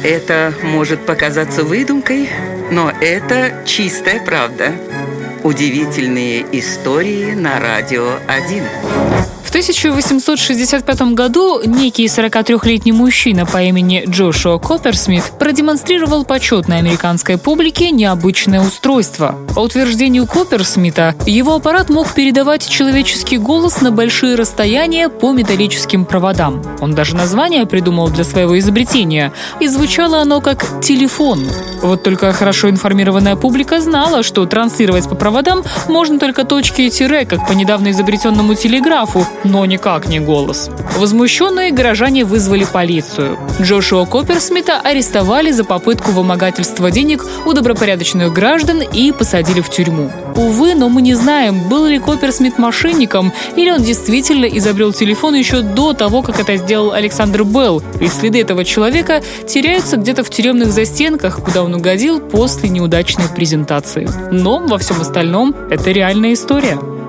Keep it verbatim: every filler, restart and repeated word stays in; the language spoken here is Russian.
Это может показаться выдумкой, но это чистая правда. Удивительные истории на Радио один. В тысяча восемьсот шестьдесят пятом году некий сорокатрёхлетний мужчина по имени Джошуа Копперсмит продемонстрировал почетной американской публике необычное устройство. По утверждению Копперсмита, его аппарат мог передавать человеческий голос на большие расстояния по металлическим проводам. Он даже название придумал для своего изобретения, и звучало оно как «телефон». Вот только хорошо информированная публика знала, что транслировать по проводам можно только точки и тире, как по недавно изобретенному телеграфу, но никак не голос. Возмущенные горожане вызвали полицию. Джошуа Копперсмита арестовали за попытку вымогательства денег у добропорядочных граждан и посадили в тюрьму. Увы, но мы не знаем, был ли Копперсмит мошенником, или он действительно изобрел телефон еще до того, как это сделал Александр Белл, и следы этого человека теряются где-то в тюремных застенках, куда он угодил после неудачной презентации. Но во всем остальном это реальная история.